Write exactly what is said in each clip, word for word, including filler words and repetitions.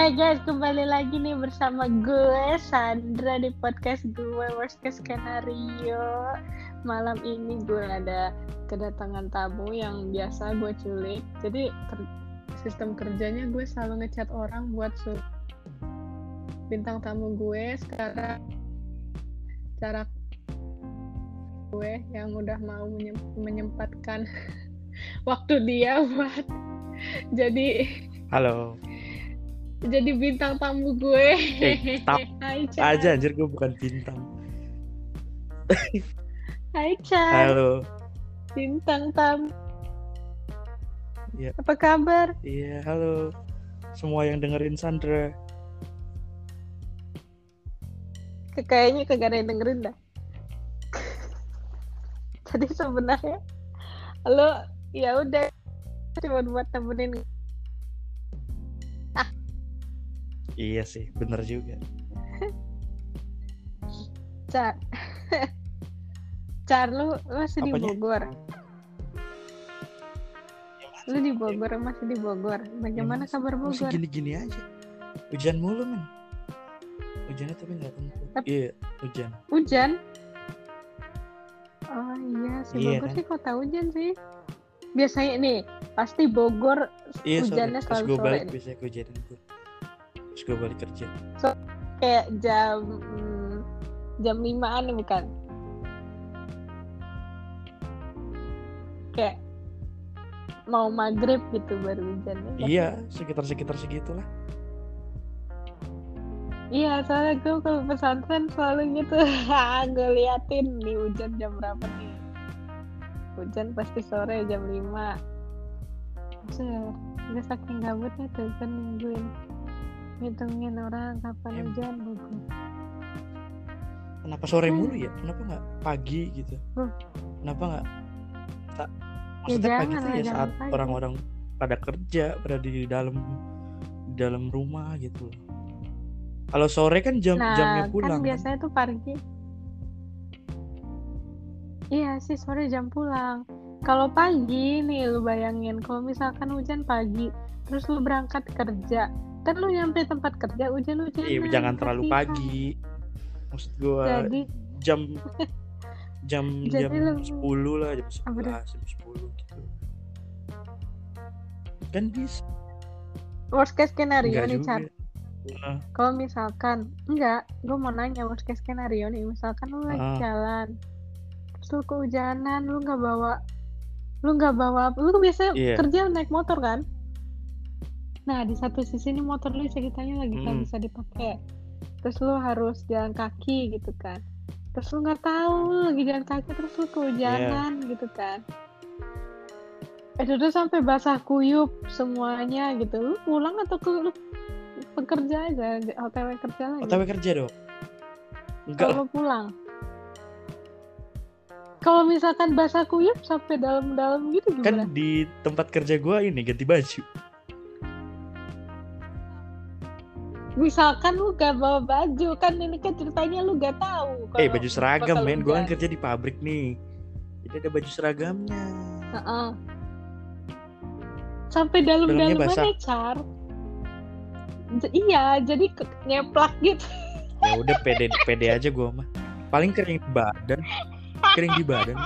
Hai guys, kembali lagi nih bersama gue Sandra di podcast gue Worst Case Scenario. Malam ini gue ada kedatangan tamu yang biasa gue culik. Jadi ter- sistem kerjanya gue selalu ngechat orang buat suruh bintang tamu gue. Sekarang cara gue yang udah mau menyem- menyempatkan waktu dia buat jadi Halo. jadi bintang tamu gue. Eh, tap Hai Chan. aja anjir, gue bukan bintang. Hai Chan. Halo. Bintang tamu. Iya. Apa kabar? Iya, halo. Semua yang dengerin Sandra. Kayaknya kagak ada yang dengerin dah. Jadi sebenarnya lo ya udah cuma buat temenin. Ah, Iya sih, bener juga. Car. Car, lu masih di Apanya? Bogor. Lu di Bogor, masih di Bogor. Bagaimana Ya, kabar masih Bogor? gini-gini aja. Hujan mulu, men. Hujannya tapi nggak tentu. Tapi- Iya, hujan. Hujan? Oh iya, si Iya, Bogor kan? sih kota hujan sih. Biasanya nih, pasti Bogor Iya, hujannya sore. Pas selalu gue sore balik nih. biasanya kehujanan tuh. Terus gue balik kerja. Kayak jam hmm, jam limaan nih bukan? Kayak mau maghrib gitu baru hujannya. Iya, sekitar-sekitar segitulah. Iya, soalnya gue kalau pesantren selalu gitu. Gue liatin nih hujan jam berapa nih. Hujan pasti sore jam lima. Maksudnya, gue saking gabutnya tuh kan nungguin. Ngitungin orang kapan Em. hujan Bogor. Kenapa sore Hmm. mulu ya? Kenapa nggak pagi gitu? Hmm. Kenapa nggak? Ta- Ya Maksudnya pagi jangan tuh lah, ya jangan saat pagi. orang-orang pada kerja, pada di dalam di dalam rumah gitu. Kalau sore kan jam Nah, jamnya kan pulang. Kan biasanya tuh pagi. Iya sih, sore jam pulang. Kalau pagi nih lu bayangin, kalau misalkan hujan pagi, terus lu berangkat kerja, kan lu nyampe tempat kerja hujan-hujanan. Iya, jangan terlalu kasihan. pagi. Maksud gua Jadi jam jam Jadi jam lu- sepuluh lah, jam Apa tuh? sebelas, jam sepuluh gitu. Kan bisa. worst case scenario Enggak nih, juga. Char. Ah, Kalau misalkan, enggak, gue mau nanya worst case scenario nih, misalkan lu lagi Ah. jalan, terus lu kehujanan, lu nggak bawa, lu nggak bawa apa, lu kan biasa Iya. kerja naik motor kan? Nah, di satu sisi nih motor lu ceritanya lagi nggak Mm. bisa dipakai, terus lu harus jalan kaki gitu kan, terus lu nggak tahu lu lagi jalan kaki, terus lu kehujanan gitu kan, eh terus sampai basah kuyup semuanya gitu, lu pulang atau ke lu pekerja aja, O T W kerja lagi? O T W kerja dong. Enggak lah. Kalau pulang, kalau misalkan basah kuyup sampai dalam-dalam gitu Kan gimana? di tempat kerja gua ini ganti baju. Misalkan lu gak bawa baju, kan ini kan ceritanya lu gak tahu. Eh, kalau baju seragam, bakal men. Gua kan hujan. kerja di pabrik nih. Jadi ada baju seragamnya. Heeh. Sampai Dalamnya dalam-dalamnya basah. Char. J- iya, jadi ke- nyeplak gitu. Ya udah pede pede aja gua mah. Paling kering di badan. Kering di badan.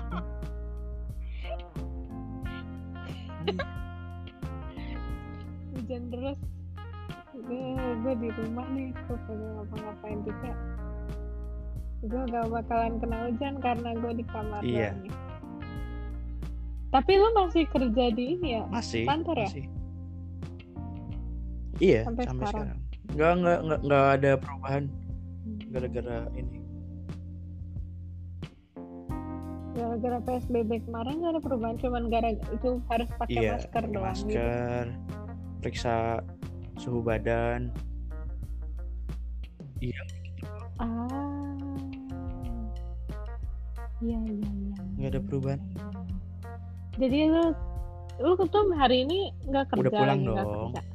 Hujan deras. Gue di rumah nih, gue pengen ngapa-ngapain juga. Gue gak bakalan kena hujan karena gue di kamar Iya. doang nih. Tapi lu masih kerja di ini ya? Masih. Kantor ya? Masih. Iya, Sampai sampai, sekarang. sekarang. Nggak, nggak, nggak, nggak ada perubahan gara-gara ini. Gara-gara P S B B kemarin gak ada perubahan, cuman gara itu harus pakai Iya, masker pakai doang gitu. masker, periksa suhu badan. Iya, Ah, iya iya iya. nggak ada perubahan. Jadi lu lu tuh hari ini nggak kerja Udah pulang lagi, nggak dong. kerja.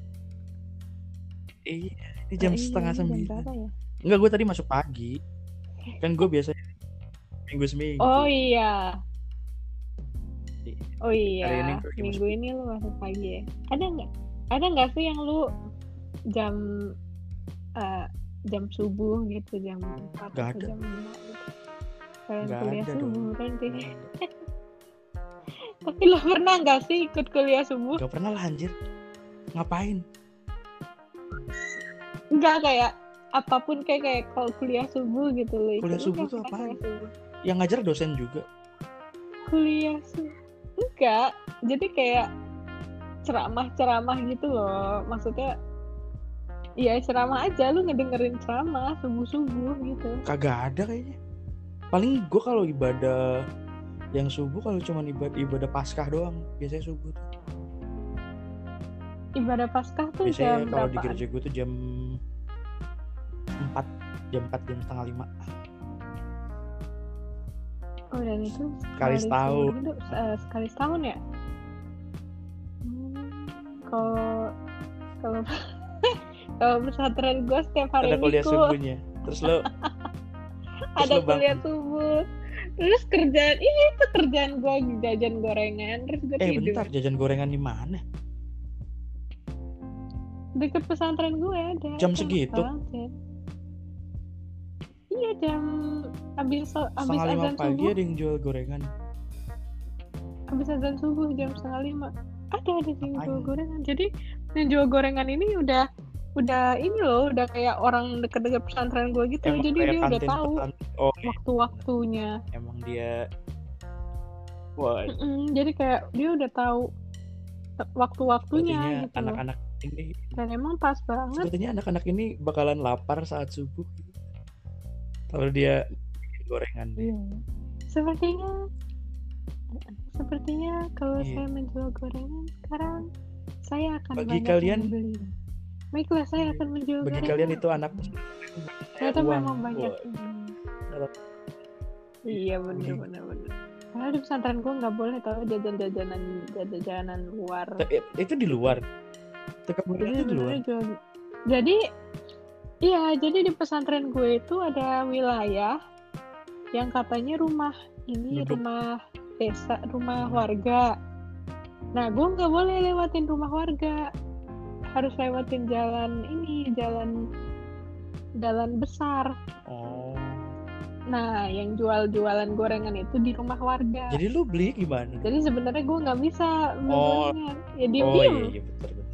Iya, ini jam Oh, iya, setengah ini jam sembilan. berapa ya? Enggak, gue tadi masuk pagi. Kan gue biasanya minggu seminggu. Oh iya. Oh iya. Hari ini gue lagi Minggu masuk. ini lu masuk pagi ya. Ada nggak? Ada nggak sih yang lu jam uh, jam subuh gitu, jam empat Gak atau ada. jam lima gitu. Kalian Gak kuliah ada subuh dong. nanti. Gak ada. Tapi lo pernah nggak sih ikut kuliah subuh? Gak pernah lah anjir. Ngapain? Enggak, kayak apapun, kayak kayak kalau kuliah subuh gitu lo ikut. Kuliah Lo subuh nggak tuh pernah apaan? kuliah subuh? Yang ngajar dosen juga. Kuliah subuh enggak, jadi kayak ceramah-ceramah gitu loh, maksudnya ya ceramah aja, lu ngedengerin ceramah subuh-subuh gitu. Kagak ada kayaknya. Paling gue kalau ibadah yang subuh kalau cuma ibadah ibadah Paskah doang biasanya subuh tuh. Ibadah Paskah tuh Biasanya jam kalau di berapaan? gereja gue tuh jam empat, jam empat, jam setengah lima. Oh, dan itu Sekali setahun. seumur hidup, uh, sekali setahun ya? Hmm, kalau kalau kalau pesantren gue setiap hari Ada kuliah minggu subuhnya. Terus lo terus ada lo bang- kuliah subuh. Terus kerjaan ini itu kerjaan gue jajan gorengan, terus gue Eh tidur. bentar, jajan gorengan di mana? Deket pesantren gue ada. Jam enak segitu? banget. Iya, jam abis abis Setengah lima azan pagi subuh. ada yang jual gorengan. Abis azan subuh jam setengah lima. Ada ada yang Ngapain? jual gorengan. Jadi yang jual gorengan ini udah udah ini loh, udah kayak orang deket-deket pesantren gue gitu. Emang Jadi kayak dia udah kantin tahu pesantren. Oh iya. waktu-waktunya. Emang dia wah, Mm-mm, jadi kayak dia udah tahu te- waktu-waktunya sepertinya gitu. anak-anak ini Dan emang pas banget. sepertinya anak-anak ini bakalan lapar saat subuh kalau dia bikin gorengan. Iya. Sepertinya sepertinya kalau Iya. saya menjual gorengan sekarang, saya akan Bagi banyak kalian- yang beli. Baiklah, saya akan menjual Bagi gorengan. kalian itu anak Ternyata uang. memang banyak. Wah. Hmm. Iya, bener Iya. bener bener. Karena di pesantren gue nggak boleh tahu jajan-jajanan jajan-jajanan luar. Tapi itu di luar. Tukang Jadi gorengan itu di luar. sebenarnya jual. Jadi iya, jadi di pesantren gue itu ada wilayah yang katanya rumah ini Duduk. rumah desa, rumah Hmm. warga. Nah, gue nggak boleh lewatin rumah warga, harus lewatin jalan ini, jalan jalan besar. Oh. Nah, yang jual-jualan gorengan itu di rumah warga. Jadi lu beli gimana? Jadi sebenarnya gue nggak bisa beli Oh. gorengan. Ya Oh diem-diem. iya, iya betul betul.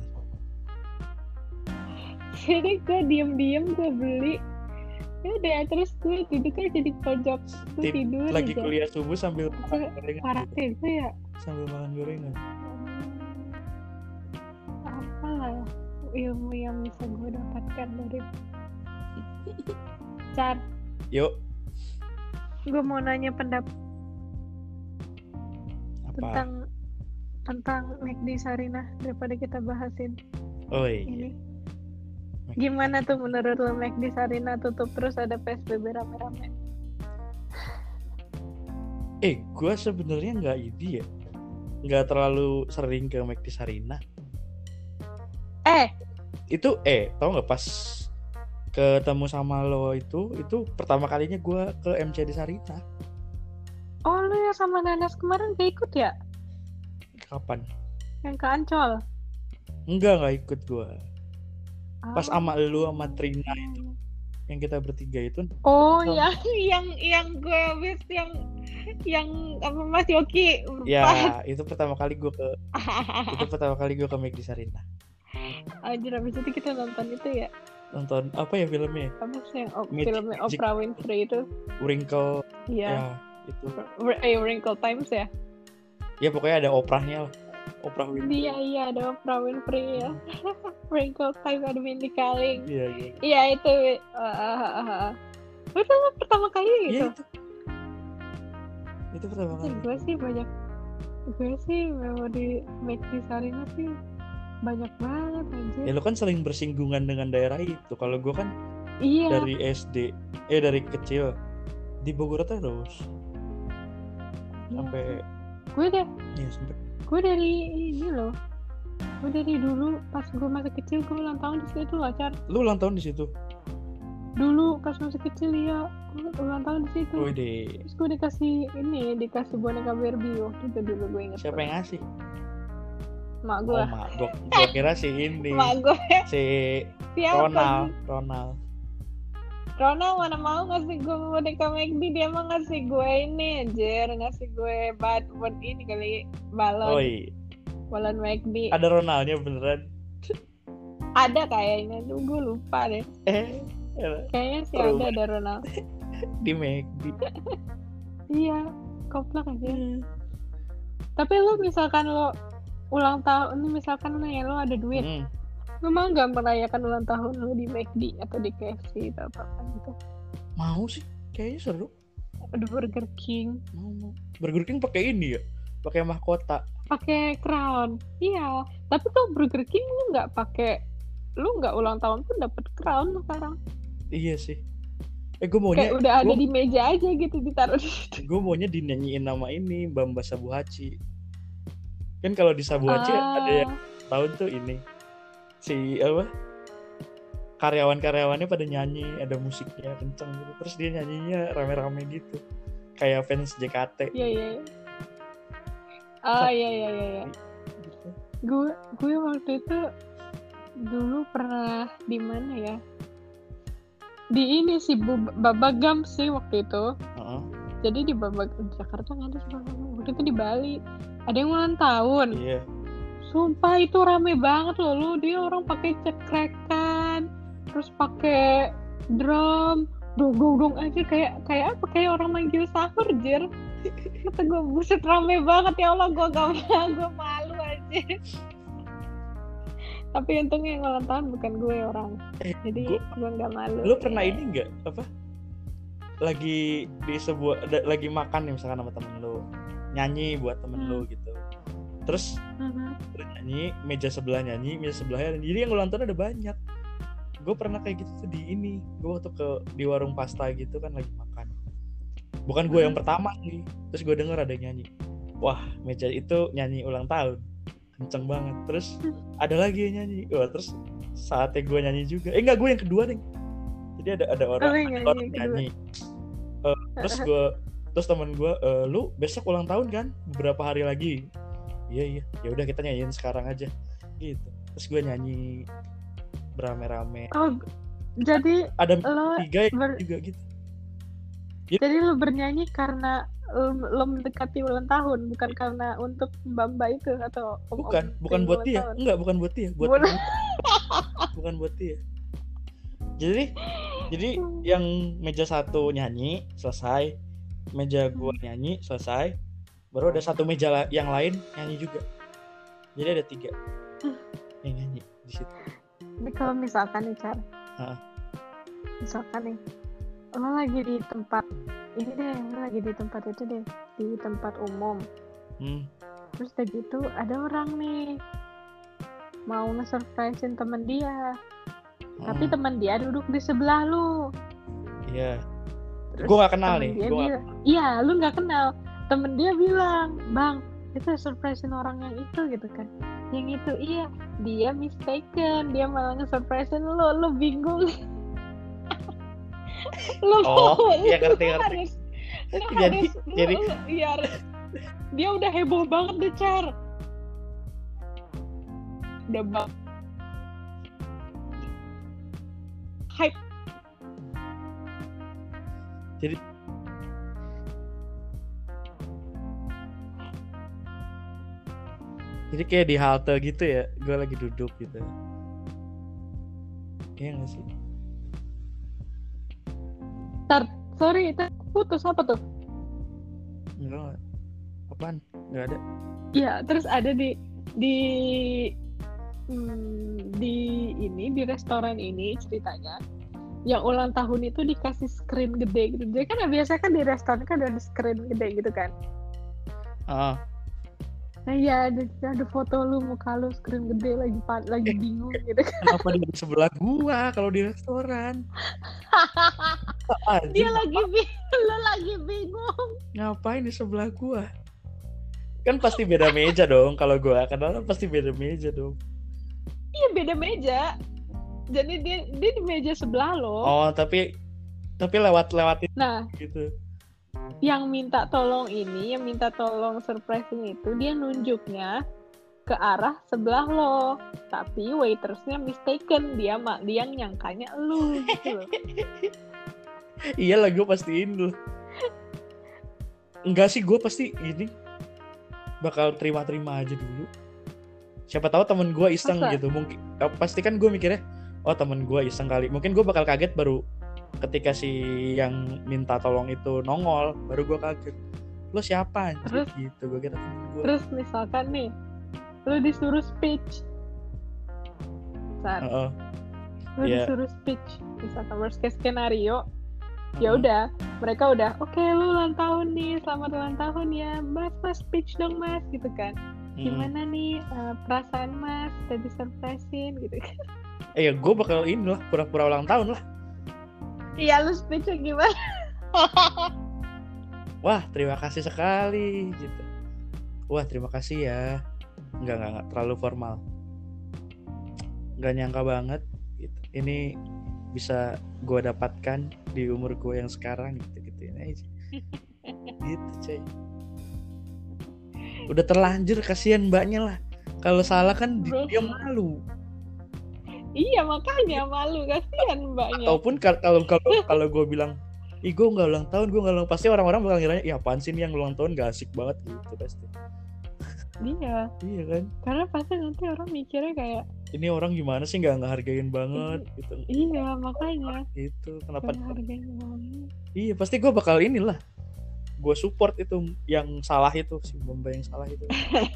Jadi gue diem-diem gue beli. Ya udah, terus gue duduk aja di pojok, gue Tip, tidur lagi aja. kuliah subuh sambil Gue makan gorengan. parah itu ya. Sambil makan gorengan. Apalah ilmu yang bisa gue dapatkan dari Chan. Yuk, Gue mau nanya pendapat apa? tentang tentang McD Sarinah daripada kita bahasin Oh iya. ini. Gimana tuh menurut lo McD Sarinah tutup terus ada P S B B rame-rame? Eh, gue sebenarnya nggak ini ya, nggak terlalu sering ke McD Sarinah. Eh, Itu eh, tau nggak pas ketemu sama lo itu, itu pertama kalinya gue ke M C D Sarinah. oh lo yang sama Nanas kemarin gak ikut ya? Kapan? Yang ke Ancol? Enggak, nggak ikut gue. Pas Ah. sama lu sama Trina itu, yang kita bertiga itu. Oh, Oh. yang yang yang gue habis yang yang apa Mas Yoki. Ya, itu pertama kali gue ke itu pertama kali gue ke McD Sarinah. Anjir, habis itu kita nonton itu ya. Nonton apa ya filmnya? Apa sih yang op- Magic- filmnya Magic. Oprah Winfrey itu? Wrinkle. Iya. Ya, itu. Wr- Eh, Wrinkle Times ya? Ya pokoknya ada oprahnya lah. Oprah Winfrey. Iya, iya ada Oprah Winfrey ya. Wrinkle Times ada Mindy Kaling. Iya, iya. Iya itu. Uh, uh, uh, uh. Itu pertama kali Iya gitu. itu. Itu pertama Anjir, kali. gue sih banyak. Gue sih memori McD Sarinah sih banyak banget anjir. Ya lu kan sering bersinggungan dengan daerah itu. Kalau gue kan Iya. dari S D, eh dari kecil di Bogor terus Iya. sampai Gue deh. ya sampai Gue dari ini loh. Gue dari dulu pas gue masih kecil gue ulang tahun di situ loh, Car. lu ulang tahun di situ. Dulu pas masih kecil ya, gue ulang tahun di situ. Wih deh. Terus gue dikasih ini, dikasih boneka Barbie waktu itu dulu gue inget. Siapa yang ngasih? Mak Oh, gue. mak. Gua, gua kira si ini. Mak gue. Si Siapa? Ronald, Ronald. Ronald mana mau ngasih gue boneka McD, dia emang ngasih gue ini anjir, ngasih gue balon ini kali, balon. Oh iya. Balon McD. Ada Ronaldnya beneran? Ada kayaknya tuh, gue lupa deh. Eh, kayaknya sih ada ada Ronald. Di McD. Iya, koplak aja. Hmm. Tapi lu misalkan lo ulang tahun nih, misalkan nih lo ada duit, hmm. lu mau nggak merayakan ulang tahun lu di McD atau di K F C atau apa gitu? Mau sih, kayaknya seru. Ada Burger King. Mau, mau. Burger King pakai ini ya, pakai mahkota. Pakai crown. Iya, tapi tuh Burger King lu nggak pakai, lu nggak ulang tahun pun dapat crown sekarang. Iya sih. Eh gue maunya kayak udah ada gua, di meja aja gitu, ditaruh di situ. Gue maunya dinyanyiin nama ini Bamba Sabuhachi. Kan kalau di Sabuhachi ah. ada yang tahun tuh ini si apa? Karyawan-karyawannya pada nyanyi, ada musiknya kenceng gitu. Terus dia nyanyinya rame-rame gitu. Kayak fans J K T. Iya iya. Ah iya iya iya iya. Gue gue waktu itu dulu pernah di mana ya? Di ini sih Babagam sih waktu itu. Uh-huh. Jadi di Babagam Jakarta nggak ada sih Babagam. Waktu itu di Bali ada yang ulang tahun. Iya. Yeah. Sumpah itu rame banget loh, lu dia orang pakai cekrekan, terus pakai drum, dong dong dong aja kayak kayak apa kayak orang manggil sahur jir. Kata gue buset rame banget ya Allah, gue gak mau, gue malu aja. Tapi untungnya yang ulang tahun bukan gue orang, eh, jadi gue nggak malu. Lu pernah ini nggak apa? Lagi di sebuah, ada, lagi makan nih misalkan sama temen lu, nyanyi buat temen hmm. lu gitu. Terus uh-huh. lu nyanyi, meja sebelah nyanyi, meja sebelahnya, jadi yang ulang tahun ada banyak. Gue pernah kayak gitu tuh di ini, gue waktu ke di warung pasta gitu kan lagi makan. Bukan gue uh-huh. yang pertama nih, terus gue denger ada yang nyanyi. Wah, meja itu nyanyi ulang tahun. Kenceng banget, terus ada lagi yang nyanyi, wah terus saatnya gue nyanyi juga, eh enggak gue yang kedua nih, jadi ada ada orang, oh, ada nyanyi, orang nyanyi, uh, terus gue, terus teman gue, uh, lu besok ulang tahun kan, beberapa hari lagi, iya iya, ya udah kita nyanyiin sekarang aja, gitu, terus gue nyanyi berame-rame, oh jadi ada lo tiga yang ber... juga gitu, jadi lu bernyanyi karena lo mendekati ulang tahun, bukan karena untuk Bamba itu atau om, bukan om bukan buat dia tahun. Enggak bukan buat dia buat bukan. bukan buat dia jadi jadi yang meja satu nyanyi selesai, meja gua nyanyi selesai, baru ada satu meja la- yang lain nyanyi juga, jadi ada tiga yang nyanyi di situ. Ini kalau misalkan nih Char, ha? misalkan nih lo lagi di tempat ini deh, lo lagi di tempat itu deh, di tempat umum, hmm. terus udah gitu ada orang nih mau nge-surprisein temen dia, hmm. tapi temen dia duduk di sebelah lu. Iya. Gue nggak kenal nih. Gua... Iya, lu nggak kenal. Temen dia bilang, bang, kita surprisein orang yang itu gitu kan. Yang itu iya, dia mistaken, dia malah nge-surprisein lu, lu bingung. Lu oh iya ngerti ngerti harus, jadi harus, jadi lu, ya, dia udah heboh banget deh Char, udah bang hype, jadi jadi kayak di halte gitu ya, gue lagi duduk gitu, iya nggak sih? Tar, sorry, itu putus apa tuh? Enggak, apaan? Enggak ada. Iya, terus ada di di hmm, di ini di restoran ini ceritanya, yang ulang tahun itu dikasih screen gede gitu. Jadi kan biasanya kan di restoran kan ada screen gede gitu kan. Ah. Uh. Nah iya, ada, ada foto lu, muka lu screen gede lagi lagi bingung gitu kan. Kenapa di sebelah gua kalau di restoran? Dia lagi bingung, lu lagi bingung. Ngapain di sebelah gua? Kan pasti beda meja dong kalau gua, karena pasti beda meja dong. Iya beda meja. Jadi dia dia di meja sebelah lo. Oh tapi tapi lewat lewatin. Nah gitu. Yang minta tolong ini, yang minta tolong surprise itu dia nunjuknya ke arah sebelah lo, tapi waitersnya mistaken, dia mak dia nyangkanya lu gitu loh. Iyalah gue pastiin dulu. Enggak sih, gue pasti ini bakal terima-terima aja dulu. Siapa tahu temen gue iseng Masa? gitu. Mungkin pasti kan gue mikirnya, oh temen gue iseng kali. Mungkin gue bakal kaget baru ketika si yang minta tolong itu nongol, baru gue kaget. Lo siapa anjir? Terus, gitu gue kira temen gue. Terus misalkan nih, lo disuruh speech, saat Uh-uh. lo Yeah. disuruh speech, misalkan worst case scenario, ya udah, mereka udah, oke okay, lu ulang tahun nih, selamat ulang tahun ya, mas mas speech dong mas, gitu kan. Gimana mm. nih uh, perasaan mas, udah disurprisein gitu kan. Eh ya gue bakal ini lah, pura-pura ulang tahun lah. Iya, lu speechnya gimana? Wah terima kasih sekali gitu. Wah terima kasih ya. Enggak enggak, enggak terlalu formal. Enggak nyangka banget gitu. Ini bisa gue dapatkan di umur gue yang sekarang gitu-gituin aja. Gitu coy. Udah terlanjur, kasihan mbaknya lah. Kalau salah kan Bro. dia malu. Iya makanya malu, kasihan mbaknya. Ataupun kalau kalau kalau gue bilang, ih gue nggak ulang tahun, gue nggak ulang, pasti orang-orang bakal ngiranya, ya apaan sih yang ulang tahun gak asik banget gitu pasti. Iya. Iya kan? Karena pasti nanti orang mikirnya kayak, ini orang gimana sih nggak ngehargain banget I- gitu. Iya makanya. Gitu kenapa? Ngehargain banget. Iya pasti gue bakal inilah. Gue support itu yang salah itu, si Bomba yang salah itu.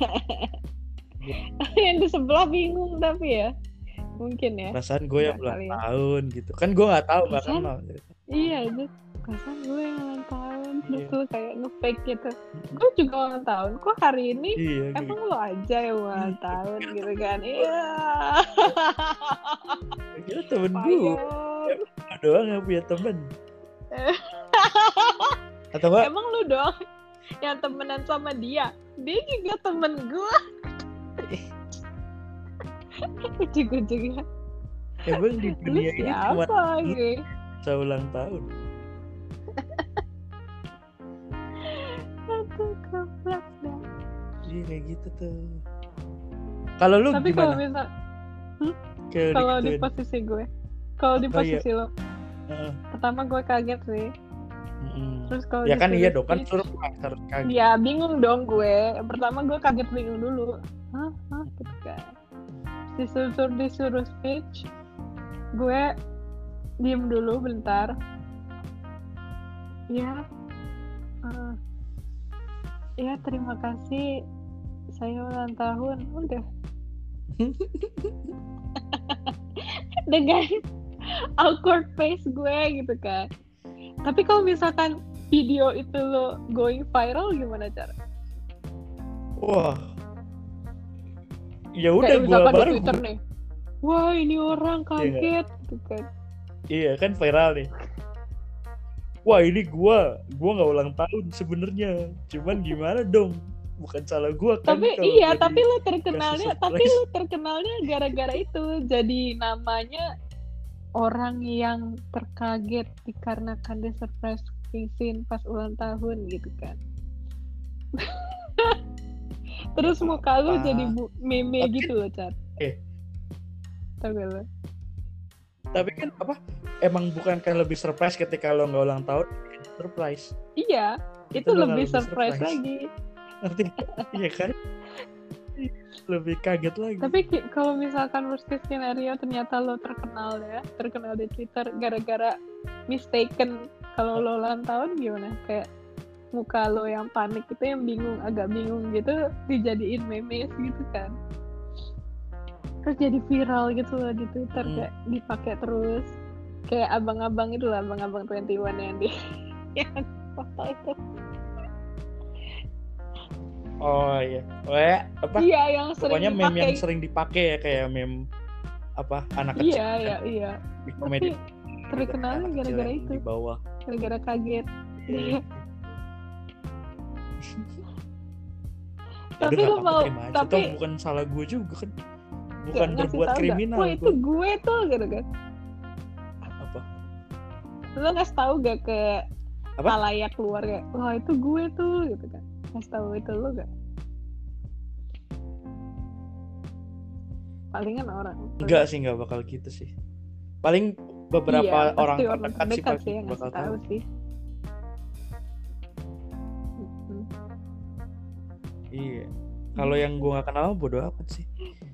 Yang di sebelah bingung tapi ya. Mungkin ya. Perasaan gue yang ulang tahun gitu. Kan gue nggak tahu nggak kenal. Iya itu. Perasaan gue yang ulang tahun. Terus iya. Lu kayak nge-fake gitu. Hmm. Gue juga ulang tahun. Kok hari ini iya, emang gitu. Lo aja yang ulang tahun gitu kan. Iya. Kira temen gue. Lu doang yang punya temen. Atau apa? Emang lu doang yang temenan sama dia. Dia juga temen gue. Ujung-ujungnya emang di dunia ini cuma lagi saya ulang tahun. Aduh goblok dah. Iya kayak gitu tuh. Kalau lu tapi gimana? Kalau misal hmm? Kalau di posisi gue, kalau di posisi oh, iya. lo uh. Pertama gue kaget sih. Mm-hmm. Terus kalau ya kan iya dong, kan suruh harus kaget. Ya bingung dong gue. Pertama gue kaget bingung dulu. Hah? Hah? Gitu kan. Disuruh disuruh speech, gue diem dulu bentar. Ya, uh, ya terima kasih, saya ulang tahun, udah. Dengan awkward face gue gitu kan. Tapi kalau misalkan video itu lo going viral gimana cara? Wah. Ya udah gue baru di Twitter nih. Wah ini orang kaget iya. Gitu kan. Iya kan viral nih. Wah ini gue, gue nggak ulang tahun sebenarnya. Cuman gimana dong? Bukan salah gue kan. Tapi iya, tapi lu terkenalnya, tapi lu terkenalnya gara-gara itu. Jadi namanya orang yang terkaget dikarenakan dia surprise scene pas ulang tahun gitu kan. Terus ya, muka lu jadi bu- meme tapi, gitu loh, Cat. Eh. Tahu gak lo? Tapi kan apa? Emang bukan kan lebih surprise ketika lo nggak ulang tahun? Surprise. Iya, itu, itu lebih surprise, surprise lagi. Ngerti? Iya kan? Lebih kaget lagi. Tapi ki- kalau misalkan worst case scenario ternyata lo terkenal ya, terkenal di Twitter gara-gara mistaken kalau lo ulang tahun gimana? Kayak muka lo yang panik itu, yang bingung, agak bingung gitu, dijadiin memes gitu kan. Terus jadi viral gitu loh di Twitter, hmm. kayak dipakai terus. Kayak abang-abang itu lah, abang-abang dua puluh satu yang di yang foto itu. Oh iya. Oh ya, apa? Iya, yang sering pokoknya dipakai. Meme yang sering dipakai ya, kayak meme apa anak kecil. Iya, iya, iya. Di komedi. Terkenalnya gara-gara itu. Di bawah. Gara-gara kaget. Iya. Tapi lu mau, tapi toh bukan salah gue juga kan, bukan berbuat kriminal. Wah itu gue tuh gitu kan. Apa? Lu ngasih tahu gak ke halayak keluarga? Wah itu gue tuh gitu kan. Ngasih tahu itu lu gak? palingan orang enggak sih, enggak bakal gitu sih. Paling beberapa iya, orang orang terdekat sih terdekat pasti sih yang bakal ngasih tahu tahu sih. Iya. Kalau yang gue nggak kenal bodo amat sih.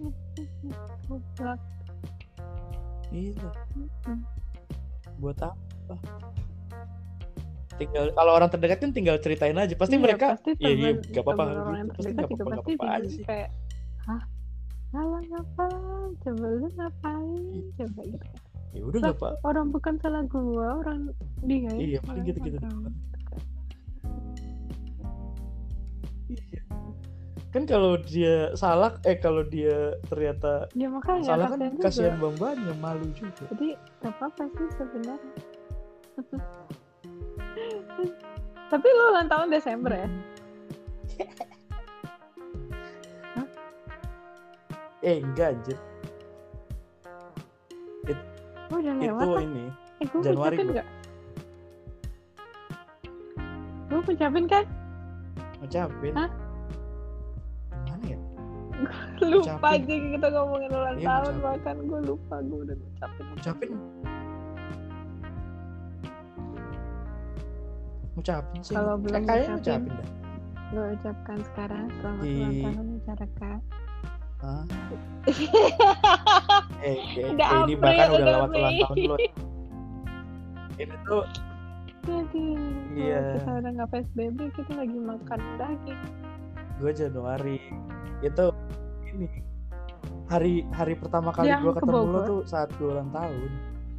Iya. Buat apa? Tinggal kalau orang terdekat kan tinggal ceritain aja. Pasti iya, mereka pasti iya iya temen, gak apa-apa temen orang gitu. yang Pasti terdekat gak juga apa-apa pasti gak apa-apa aja bingung sih. kayak hah salah ngapain coba lu ngapain coba gitu. Ya udah Lah, gak apa. orang bukan salah gua, orang dia. Iya, ya, paling gitu-gitu. orang. Iya. Kan kalau dia salah eh kalau dia ternyata Ya makanya salah kan kasihan juga. kasihan bang-bangnya, malu juga. Jadi gak apa-apa sih sebenarnya. Tapi lu ulang tahun Desember ya? Hah? Eh enggak anjir. Oh, udah lewat Itu lah. ini Eh, gue Januari ngucapin gua. gak? Gue ngucapin kan? Ngucapin. Hah? Gimana ya? Lupa Ngucapin. aja kita ngomongin ulang Iya, tahun, ngucapin. bahkan gue lupa gue udah ngucapin. Ngucapin. Ngucapin sih. Kalau belum eh, kayaknya ngucapin. ngucapin dah. Gue ucapkan sekarang selamat Di- ulang tahun Caraka. Hah? Eh, eh, Udah eh, ini April, bahkan udah udah lewat ulang Mei. tahun lo. Ini tuh Aduh, Iya. kalau kita udah nggak P S B B, kita lagi makan daging. gue Januari. Itu ini hari hari pertama kali Yang gue ke ketemu lo Bogor. tuh saat gue ulang tahun.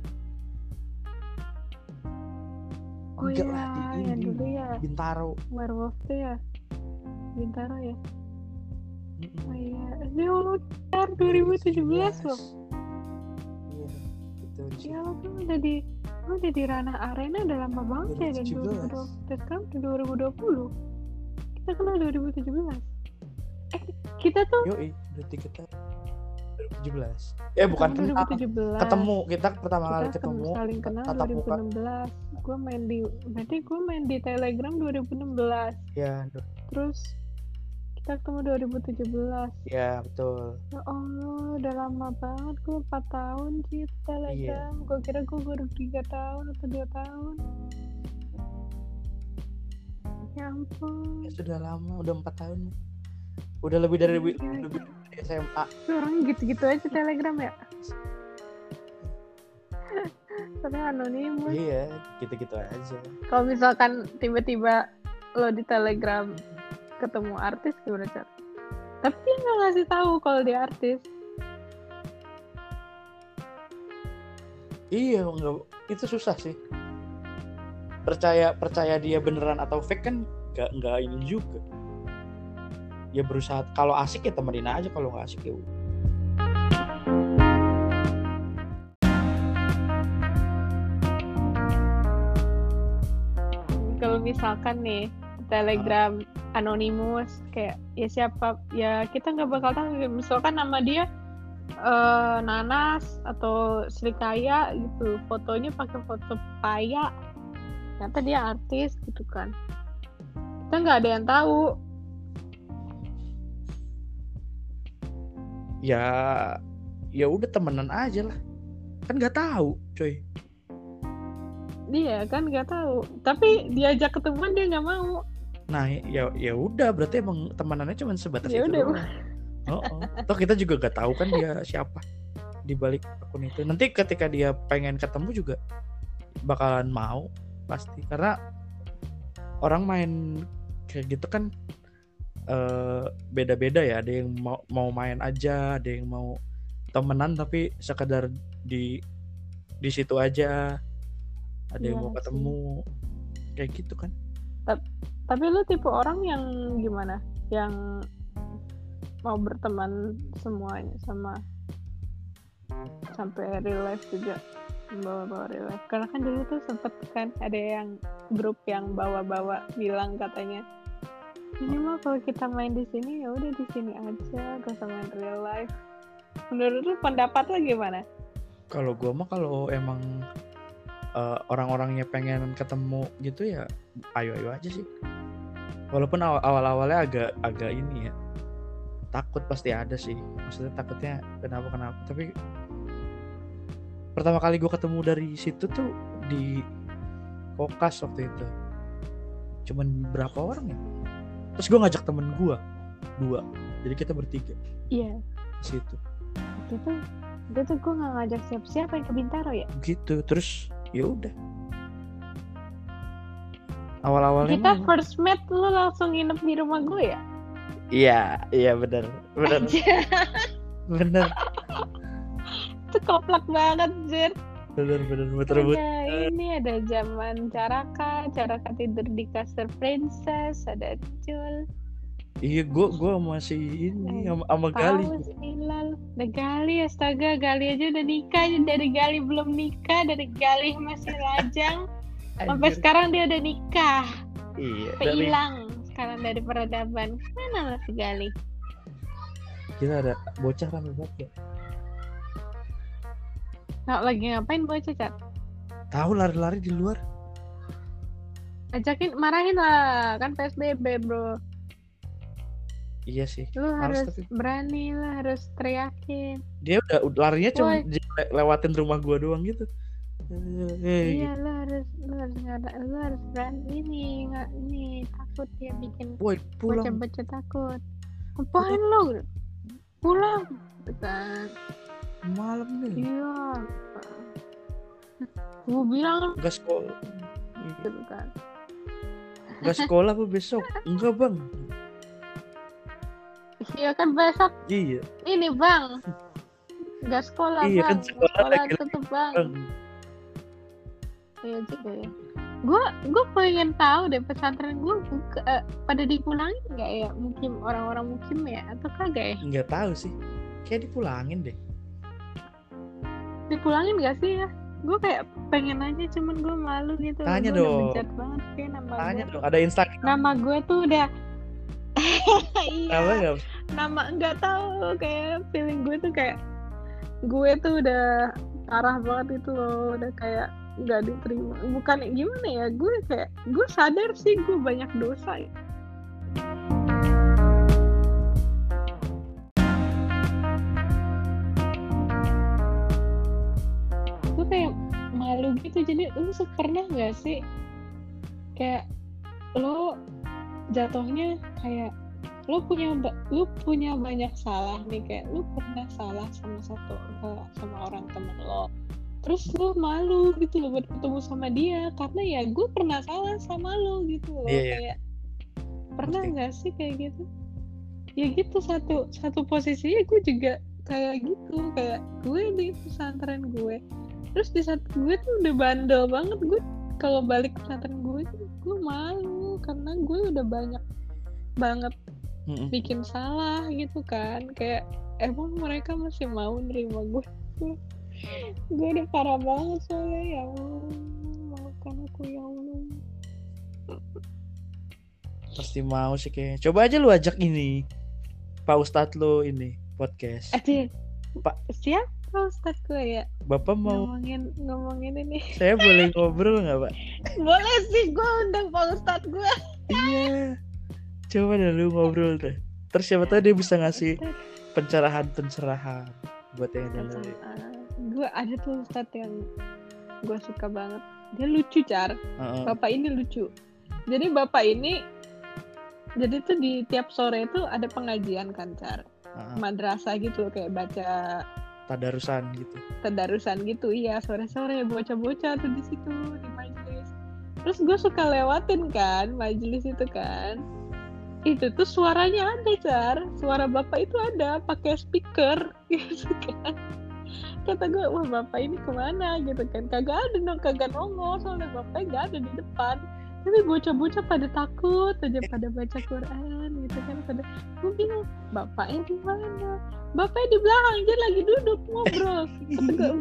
Oh Enggak iya, lah, di ini, yang di dulu ya, Bintaro. Werewolf tuh ya, Bintaro ya. Mm-mm. Oh iya, ini lo kan dua ribu tujuh belas loh. Iya, itu di Ya lo kan udah di, lo udah di ranah arena udah lama banget ya, dan dua ribu tujuh belas. dua ribu dua puluh, dan sekarang udah dua ribu dua puluh. Kita kenal dua ribu tujuh belas. Eh, kita tuh Yoi, udah tiga tahun. dua ribu tujuh belas. Eh bukan dua ribu kenal, tujuh belas. ketemu kita pertama Kita kali ken- ketemu. saling kenal tatap dua ribu muka. enam belas. Gue main di, berarti gue main di Telegram dua ribu enam belas. Ya, Terus kita ketemu dua ribu tujuh belas. ya betul. Ya Allah, udah lama banget gue empat tahun sih di Telegram. Gue kira gue baru tiga tahun atau dua tahun. Ya ampun. Ya sudah lama, udah empat tahun. Udah lebih dari Iya, lebih, lebih dari S M A. Tuh orang gitu-gitu aja Telegram ya. Tapi anonimus. Iya, gitu-gitu aja. Kalau misalkan tiba-tiba lo di Telegram ketemu artis gimana cara? Tapi dia nggak ngasih tahu kalau dia artis. Iya, enggak, itu susah sih. Percaya percaya dia beneran atau fake kan nggak nggak ini juga. Ya berusaha, kalau asik ya temenin aja, kalau nggak asik ya udah. Kalau misalkan nih di Telegram anonimus kayak ya siapa ya kita nggak bakal tahu, misalkan nama dia eh, Nanas atau Srikaya gitu, fotonya pakai foto paya, ternyata dia artis gitu kan, kita nggak ada yang tahu. Ya ya udah temenan aja lah, kan nggak tahu coy. Dia kan nggak tahu, tapi diajak ketemuan dia nggak mau. Nah ya ya udah, berarti emang temenannya cuma sebatas Ya itu udah. doang. Oh, oh. Toh kita juga gak tahu kan dia siapa di balik akun itu. Nanti ketika dia pengen ketemu juga bakalan mau pasti, karena orang main kayak gitu kan eh, beda-beda ya. Ada yang mau mau main aja, ada yang mau temenan tapi sekedar di di situ aja, ada yang Iya mau sih. ketemu kayak gitu kan. Tapi lu tipe orang yang gimana? Yang mau berteman semuanya sama sampai real life juga, bawa-bawa real life. Karena kan dulu tuh sempet kan ada yang grup yang bawa-bawa bilang katanya ini mah kalau kita main di sini ya udah di sini aja, gak usah main real life. Menurut lu pendapat lu gimana? Kalau gua mah kalau emang uh, orang-orangnya pengen ketemu gitu ya ayo-ayo aja sih. Walaupun awal- awal-awalnya agak agak ini ya, takut pasti ada sih, maksudnya takutnya kenapa kenapa tapi pertama kali gue ketemu dari situ tuh di Kokas waktu itu cuman berapa orang ya, terus gue ngajak temen gue dua, jadi kita bertiga. Iya. Ke situ. Itu tuh, itu tuh gue nggak ngajak siapa-siapa yang ke Bintaro ya. Gitu, terus ya udah. Awal-awalnya kita mah, first met lu langsung nginep di rumah gue ya. iya, iya benar, benar, benar, Itu koplak banget, Jir. benar, benar, betul, betul. Ada ini ada zaman Caraka, Caraka tidur di kasur princess, ada Cul. Iya, gue gue masih ini sama, sama Gali. Paus, Hilal, ada Gali, astaga, Gali aja udah nikah, dari Gali belum nikah, dari Gali masih lajang, sampai sekarang dia udah nikah. Iya. Sampai hilang sekarang dari peradaban. Mana masih Gali? Kita ada bocah rame banget ya. Nah, lagi ngapain bocah, Cat? Tahu lari-lari di luar. Ajakin, marahin lah, kan P S B B, bro. Iya sih. Lu harus, harus tapi... berani lah, harus teriakin. Dia udah larinya cuma Woy. lewatin rumah gua doang gitu. Hey, iya, gitu. lu harus lu harus nggak lu harus berani nih, nggak nih takut dia bikin Woy, pulang. bocah-bocah takut. Apain lu? Pulang, kan? Malam nih. Iya. Gua bilang nggak sekolah. gitu kan. Nggak sekolah apa besok? Enggak bang. Iya kan besok. Iya. Ini bang. Nggak sekolah iya, bang. Kan sekolah, sekolah tutup bang. bang. Iya juga ya. Gue gue pengen tahu deh pesantren gue buka, uh, pada dipulangin nggak ya? Mungkin orang-orang mukim ya atau kagak ya? Nggak tahu sih. Kayak dipulangin deh. Dipulangin nggak sih ya? Gue kayak pengen aja, cuman gue malu gitu. Tanya gua dong. Udah bejat banget kayak nama Tanya gue. dong. Ada Instagram. Nama gue tuh udah. Iya. Nama nggak? Nama nggak tahu, kayak feeling gue tuh kayak gue tuh udah parah banget itu loh, udah kayak nggak diterima. Bukan gimana ya, gue kayak gue sadar sih gue banyak dosa. Gue kayak malu gitu. Jadi lu pernah nggak sih kayak lo jatuhnya kayak lo punya lu punya banyak salah nih, kayak lu pernah salah sama satu sama orang temen lo, terus lu malu gitu loh buat ketemu sama dia karena ya gue pernah salah sama lo gitu loh. Yeah, kayak yeah. Pernah nggak sih kayak gitu ya? Gitu satu satu posisinya gue juga kayak gitu, kayak gue di pesantren gue, terus di saat gue tuh udah bandel banget, gue kalau balik ke pesantren gue gue malu karena gue udah banyak banget Mm-mm. bikin salah gitu kan, kayak emang mereka masih mau nerima gue. Gue udah parah banget soalnya, ya Allah, maafkan aku ya Allah. Pasti mau sih kayaknya. Coba aja lu ajak ini Pak Ustadz lo ini podcast. Aduh, Pak siapa Ustadz gue ya? Bapak mau ngomongin ngomongin ini. Saya boleh ngobrol nggak Pak? Boleh sih, gue undang Pak Ustadz gue. Iya. Coba deh lu ngobrol deh. Terus siapa tahu dia bisa ngasih pencerahan-pencerahan buat yang dengerin. Gue ada tuh Ustadz yang gue suka banget. Dia lucu, Car. Uh-uh. Bapak ini lucu. Jadi bapak ini, jadi tuh di tiap sore itu ada pengajian kan, Car. Uh-uh. Madrasah gitu, kayak baca tadarusan gitu. Tadarusan gitu, iya, sore-sore bocah-bocah tuh di situ di majelis. Terus gue suka lewatin kan majelis itu kan. Itu tuh suaranya ada, Car. Suara bapak itu ada, pakai speaker gitu kan. Kata gue, wah bapak ini kemana gitu kan. Kagak ada dong, kagak nongol, soalnya bapaknya gak ada di depan. Tapi bocah-bocah pada takut aja, pada baca Quran gitu kan. Pada, gue bilang, bapaknya di mana? Bapaknya di belakang, dia lagi duduk ngobrol. Kata gue,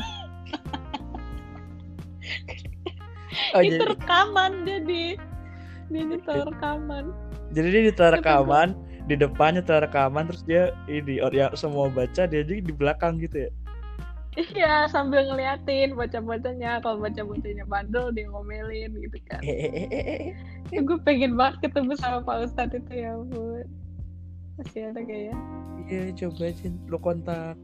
oh, itu jadi rekaman, jadi dia nyetel rekaman. Jadi dia nyetel rekaman, di depannya nyetel rekaman, terus dia ini ya semua baca, dia jadi di belakang gitu ya. Iya, sambil ngeliatin bocah-bocahnya. Kalau bocah-bocahnya bandel, dia ngomelin gitu kan. Ya, gue pengen banget ketemu sama Pak Ustadz itu, ya ampun. Masih ada kayaknya. Iya, coba aja lo kontak.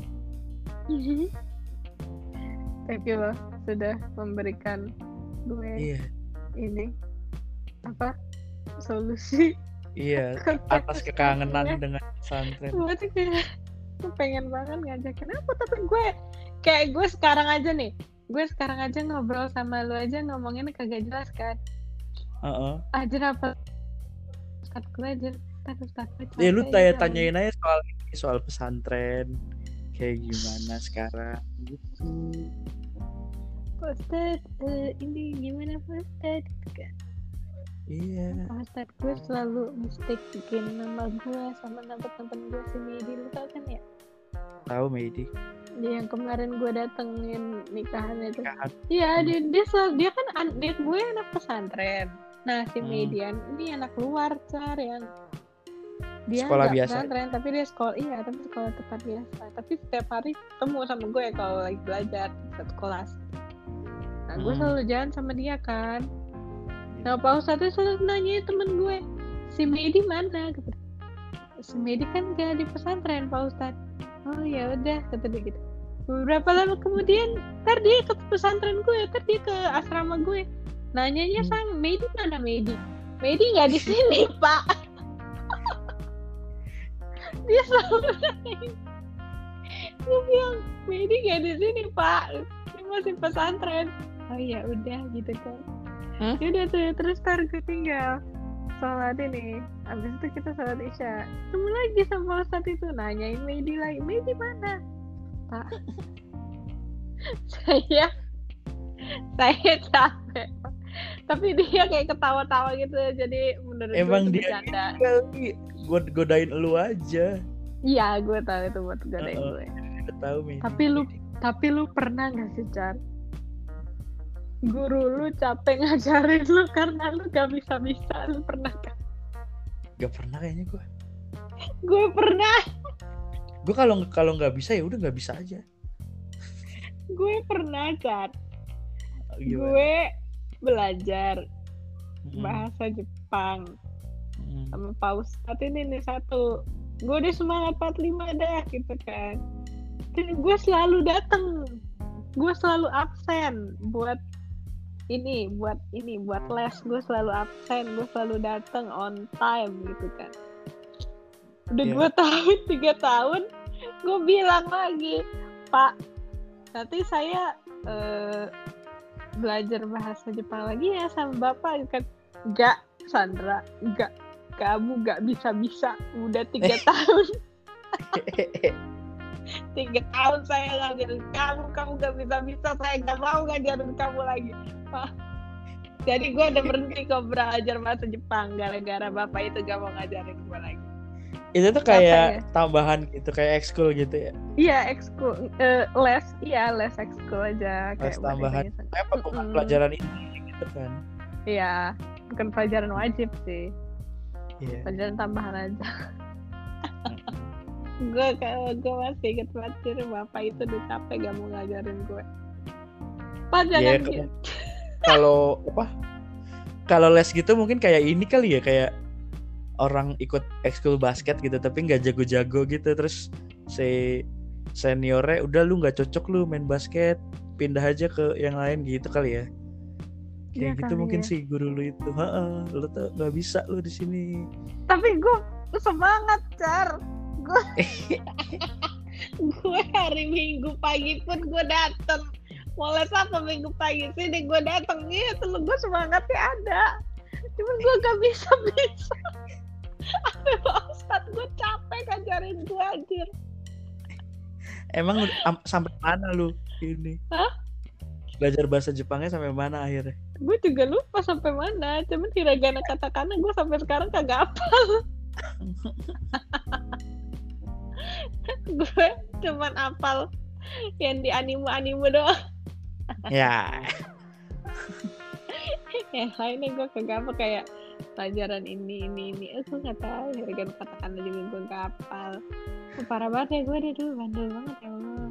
Thank you loh sudah memberikan gue Iya. ini apa solusi. Iya, atas kekangenan dengan pesantren. Gue tuh kayak gue pengen banget ngajakin apa, tapi gue kayak gue sekarang aja nih, gue sekarang aja ngobrol sama lu aja ngomongin kagak jelas kan. Heeh. Uh-uh. Aja apa? Ustad gue aja, ustad ustad gue. Ya lu tanya-tanyain aja soal ini, soal pesantren kayak gimana sekarang gitu. Ustad, uh, ini gimana Pak Ustad? Gitu kan. Iya. Ustad gue selalu mistake bikin nama gue sama nama temen gue si Medi, lu tau kan ya? Tahu Medi? Dia yang kemarin gue datengin nikahan itu. Iya, dia dia selalu, dia kan dia gue anak pesantren. Nah si hmm. Median ini anak luar car yang dia sekolah nggak biasa. Pesantren tapi dia sekolah iya tapi sekolah tempat biasa. Tapi setiap hari ketemu sama gue kalau lagi belajar satu kelas. Nah gue hmm. selalu jalan sama dia kan. Nah Pak Ustadz selalu nanya temen gue, si Medi mana? Gitu. Si Medi kan gak di pesantren Pak Ustadz. Oh ya udah kata dia gitu. Beberapa lama kemudian, ntar dia ke pesantren gue, ntar dia ke asrama gue. Nanyanya hmm. sama Medi mana Medi? Medi nggak di sini Pak. Dia selalu nanya. Gue bilang Medi nggak di sini Pak. Dia masih pesantren. Oh ya udah gitu kan. Huh? Yaudah tuh terus ntar gue tinggal sholat ini, abis itu kita sholat isya, ketemu lagi sama Ustadz itu nanyain Medi lagi, Medi mana? Pak, saya saya capek, tapi dia kayak ketawa-tawa gitu, jadi menurut emang gue dia bercanda. Gue godain lu aja. Iya, gue tahu itu buat godain uh, gue. Tahu Medi. Tapi lu, tapi lu pernah nggak sih Char? Guru lu capek ngajarin lu karena lu gak bisa-bisa, lu pernah kan? Gak pernah kayaknya gue. Gue pernah. Gue kalau kalau nggak bisa ya udah nggak bisa aja. Gue pernah kan. Gimana? Gue belajar hmm. bahasa Jepang hmm. sama Pak Ustadz ini nih satu. Gue udah semangat empat puluh lima dah gitu kan. Dan gue selalu datang. Gue selalu absen buat ini buat ini buat les, gue selalu absen, gue selalu datang on time gitu kan. Udah yeah. Gue tahun tiga tahun, gue bilang lagi, Pak, nanti saya uh, belajar bahasa Jepang lagi ya sama Bapak kan. Gak, Sandra, gak, kamu gak bisa-bisa, udah tiga tahun. Tiga tahun saya ngajarin kamu, kamu gak bisa-bisa, saya gak mau ngajarin kamu lagi. Pak. Jadi gue udah berhenti kok belajar bahasa Jepang gara-gara Bapak itu gak mau ngajarin gue lagi. Itu tuh kayak ya? Tambahan gitu, kayak ekskul gitu ya? Iya, ekskul, uh, les, iya les ekskul aja. Les tambahan, kayak bukan pelajaran ini gitu kan? Iya, bukan pelajaran wajib sih. Iya. Pelajaran tambahan aja. gue kalau gue masih inget banget Bapak itu udah capek gak mau ngajarin gue. Pak jangan yeah, gitu. Kalau apa? Kalau les gitu mungkin kayak ini kali ya, kayak orang ikut ekskul basket gitu tapi nggak jago-jago gitu, terus si seniornya udah lu nggak cocok lu main basket, pindah aja ke yang lain gitu kali ya. Kayak ya, gitu mungkin ya. Si guru lu itu, heeh, lu tuh nggak bisa lu di sini. Tapi gue semangat Char. Gue gue hari Minggu pagi pun gue dateng. Mau les apa Minggu pagi sini gue dateng gitu, gue semangatnya ada. Cuman gue gak bisa-bisa. Sampai Pak Ustadz gue capek ngajarin gue anjir. Emang am- sampai mana lu ini? Hah? Belajar bahasa Jepangnya sampai mana akhirnya? Gue juga lupa sampai mana. Cuman hiragana katakana gue sampai sekarang kagak hafal. Gue cuman hafal yang di anime-anime doang. Ya. Yang lainnya gue kagak apa, kayak pelajaran ini ini ini. Aku nggak tahu. Hiragana katakana juga gue nggak hafal. Oh, parah banget ya gue deh dulu, bandel banget ya Allah.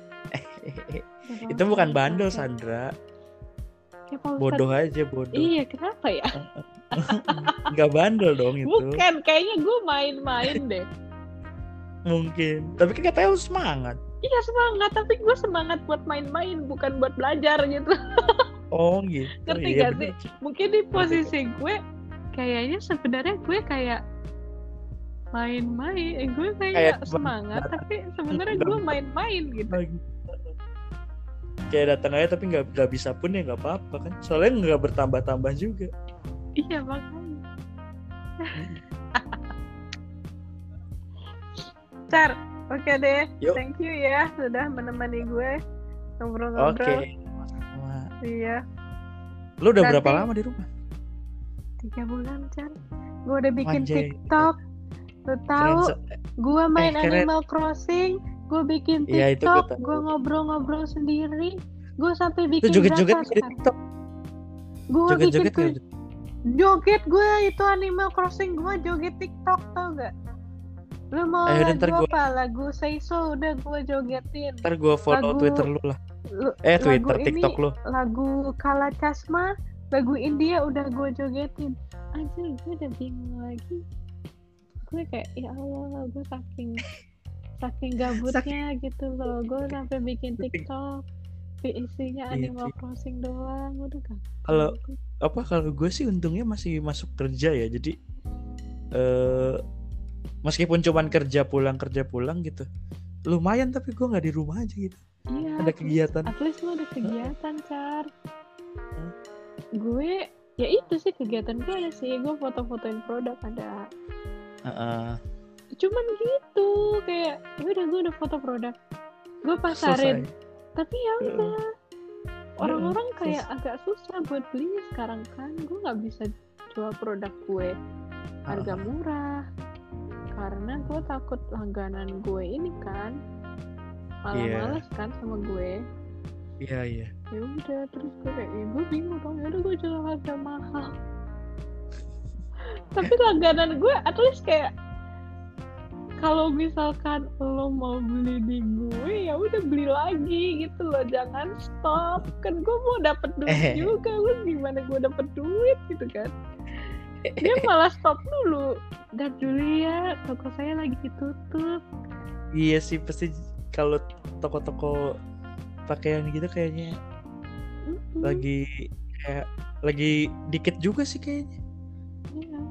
Itu bukan bandel Sandra. Ya, bodoh aja bodoh. Iya kenapa ya? Nggak bandel dong itu. Bukan, kayaknya gue main-main deh. Mungkin, tapi kan katanya harus semangat. Iya semangat, tapi gue semangat buat main-main, bukan buat belajar gitu. Oh gitu. Ngerti Iya, gak sih? Mungkin di posisi gue, kayaknya sebenarnya gue kayak main-main, eh, gue kayak, kayak semangat, datang. Tapi sebenarnya gue main-main gitu. Kayak datang aja tapi nggak nggak bisa pun ya nggak apa-apa kan, soalnya nggak bertambah-tambah juga. Iya makanya. Car, oke okay deh. Yuk. Thank you ya sudah menemani gue ngobrol-ngobrol. Oke. Okay. Iya. Lu udah berapa lama di rumah? Tiga bulan, Car. Gue udah bikin Anjay. TikTok. Lu tahu, gue main eh, Animal Crossing, gue bikin ya, TikTok, gue ngobrol-ngobrol sendiri, gue sampai bikin joget-joget di TikTok. Gue bikin ke... joget gue itu Animal Crossing, gue joget TikTok, tau gak? Lu mau Ayo, lagu apa? Gua... Lagu Say So udah gue jogetin. Ntar gue follow lagu... Twitter lu lah. Lu, eh Twitter, TikTok ini, lu. Lagu Kala Chasma, lagu India udah gue jogetin. Anjir, gue udah bingung lagi. Gue kayak ya Allah, gue saking saking gabutnya saking... gitu loh. Gue sampai bikin TikTok, isinya Animal Crossing doang, udah kan. Kalau apa? Kalau gue sih untungnya masih masuk kerja ya, jadi eh uh, meskipun cuman kerja pulang kerja pulang gitu lumayan, tapi gue nggak di rumah aja gitu. Iya, ada kegiatan, at least lo ada kegiatan. Car hmm? Gue ya itu sih kegiatan gue ada sih, gue foto-fotoin produk ada. Uh-uh. Cuman gitu kayak udah gue udah foto produk gue pasarin. Selesai. Tapi ya udah uh. orang-orang uh, kayak selesai. Agak susah buat belinya sekarang kan. Gue nggak bisa jual produk gue harga uh. murah karena gue takut langganan gue ini kan malah yeah. males kan sama gue. Iya yeah, iya. Yeah. Ya udah terus gue kayak ya gue bingung dong, ya udah gue jual harga mahal. Tapi langganan gue at least kayak kalau misalkan lo mau beli di gue ya udah beli lagi gitu loh, jangan stop. Kan gue mau dapet duit juga, lo gimana gue dapet duit gitu kan. Dia malah stop dulu. Dan dulu ya, toko saya lagi ditutup. Iya sih, pasti kalau toko-toko pakaian gitu kayaknya mm-hmm. lagi kayak lagi dikit juga sih kayaknya. Iya.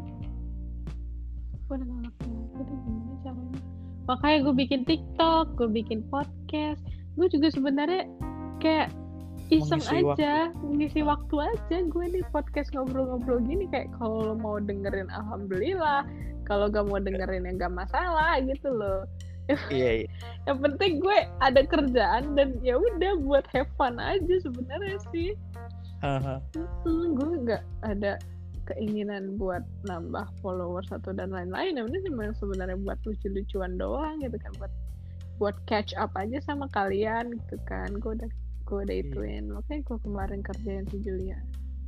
Gue udah gak ngerti lagi gimana caranya. Makanya gue bikin TikTok, gue bikin podcast. Gue juga sebenarnya kayak iseng mengisi aja, waktu. ngisi waktu aja. Gue nih podcast ngobrol-ngobrol gini kayak kalau lo mau dengerin alhamdulillah, kalau gak mau dengerin ya gak masalah gitu loh. Iya, iya. Yang penting gue ada kerjaan dan ya udah buat have fun aja sebenarnya sih. Uh-huh. Hmm, gue nggak ada keinginan buat nambah followers atau dan lain-lain. Yang penting cuma sebenarnya buat lucu-lucuan doang gitu kan, buat buat catch up aja sama kalian gitu kan. Gue udah gue udah ituin. Makanya gue kemarin kerjain si Julia.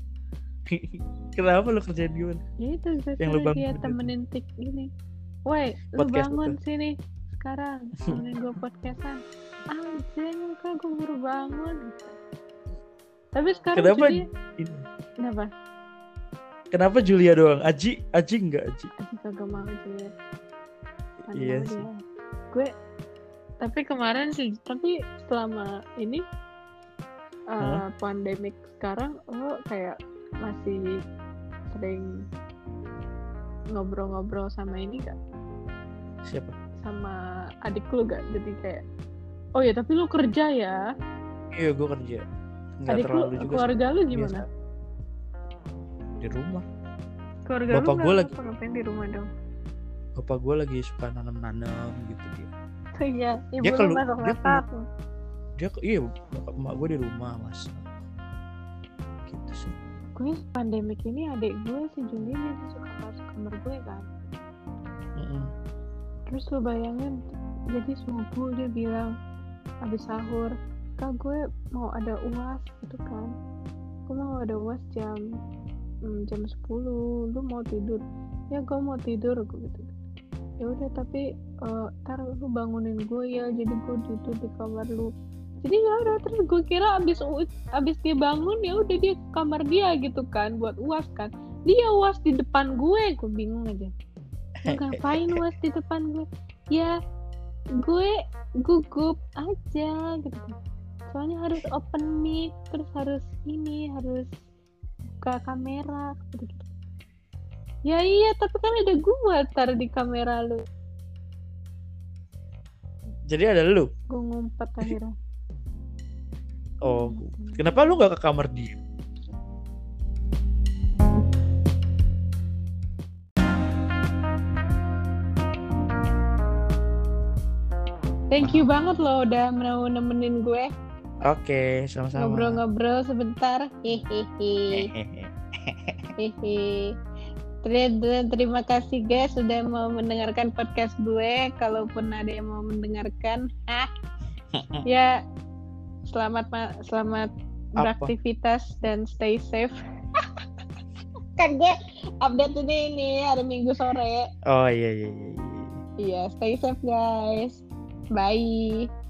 Kenapa lo kerjain gimana? Ya itu gue suruh dia temenin tik gini. Woi, lu bangun itu. Sini sekarang temenin gue podcastan. Anjing, kan gue baru bangun gitu. Tapi sekarang kenapa Julia ini? Kenapa? Kenapa Julia doang? Aji, Aji enggak Aji? Aji kagak mau Julia. Iya sih. Dia. Gue tapi kemarin sih, tapi selama ini uh, huh? pandemik sekarang lo kayak masih sering ngobrol-ngobrol sama ini gak? Siapa? Sama adik lu gak? Jadi kayak oh ya tapi lu kerja ya? Iya gue kerja. Nggak adik lu, juga keluarga sih. Lu gimana? Biasa. Di rumah. Keluarga Bapak lu gue lagi ngapain di rumah dong? Bapak gue lagi suka nanam-nanam gitu dia. Oh iya, ibu dia lu masak-masak. Dia, dia iya, bapak emak gue di rumah masak. Gitu sih. Gue pandemik ini adik gue si Juli dia suka masuk kamar gue kan. Mm-mm. Terus lu bayangin, jadi subuh dia bilang habis sahur, kak gue mau ada uas gitu kan. Gue mau ada uas jam hmm, jam sepuluh, lu mau tidur? Ya gue mau tidur gue gitu. Ya udah tapi uh, tar lu bangunin gue ya, jadi gue tidur di kamar lu. Jadi ya udah, terus gue kira abis abis dia bangun ya udah dia ke kamar dia gitu kan buat uas kan. dia was di depan gue. Gue bingung aja. Ngapain was di depan gue? Ya gue gugup aja gitu. Soalnya harus open mic, terus harus ini, harus buka kamera gitu. Ya iya, tapi kan ada gue taruh di kamera lu. Jadi ada lu? Gue ngumpet akhirnya. Oh, kenapa lu gak ke kamar dia? Thank you banget loh udah mau nemenin gue. Oke, sama-sama. Ngobrol-ngobrol sebentar. Hehehe. Hehehe. Terima kasih guys sudah mau mendengarkan podcast gue. Kalaupun ada yang mau mendengarkan, ah, ya selamat selamat Apa? beraktivitas dan stay safe. Kan gue update ini nih hari Minggu sore. Oh iya iya iya. Iya, stay safe guys. Bye.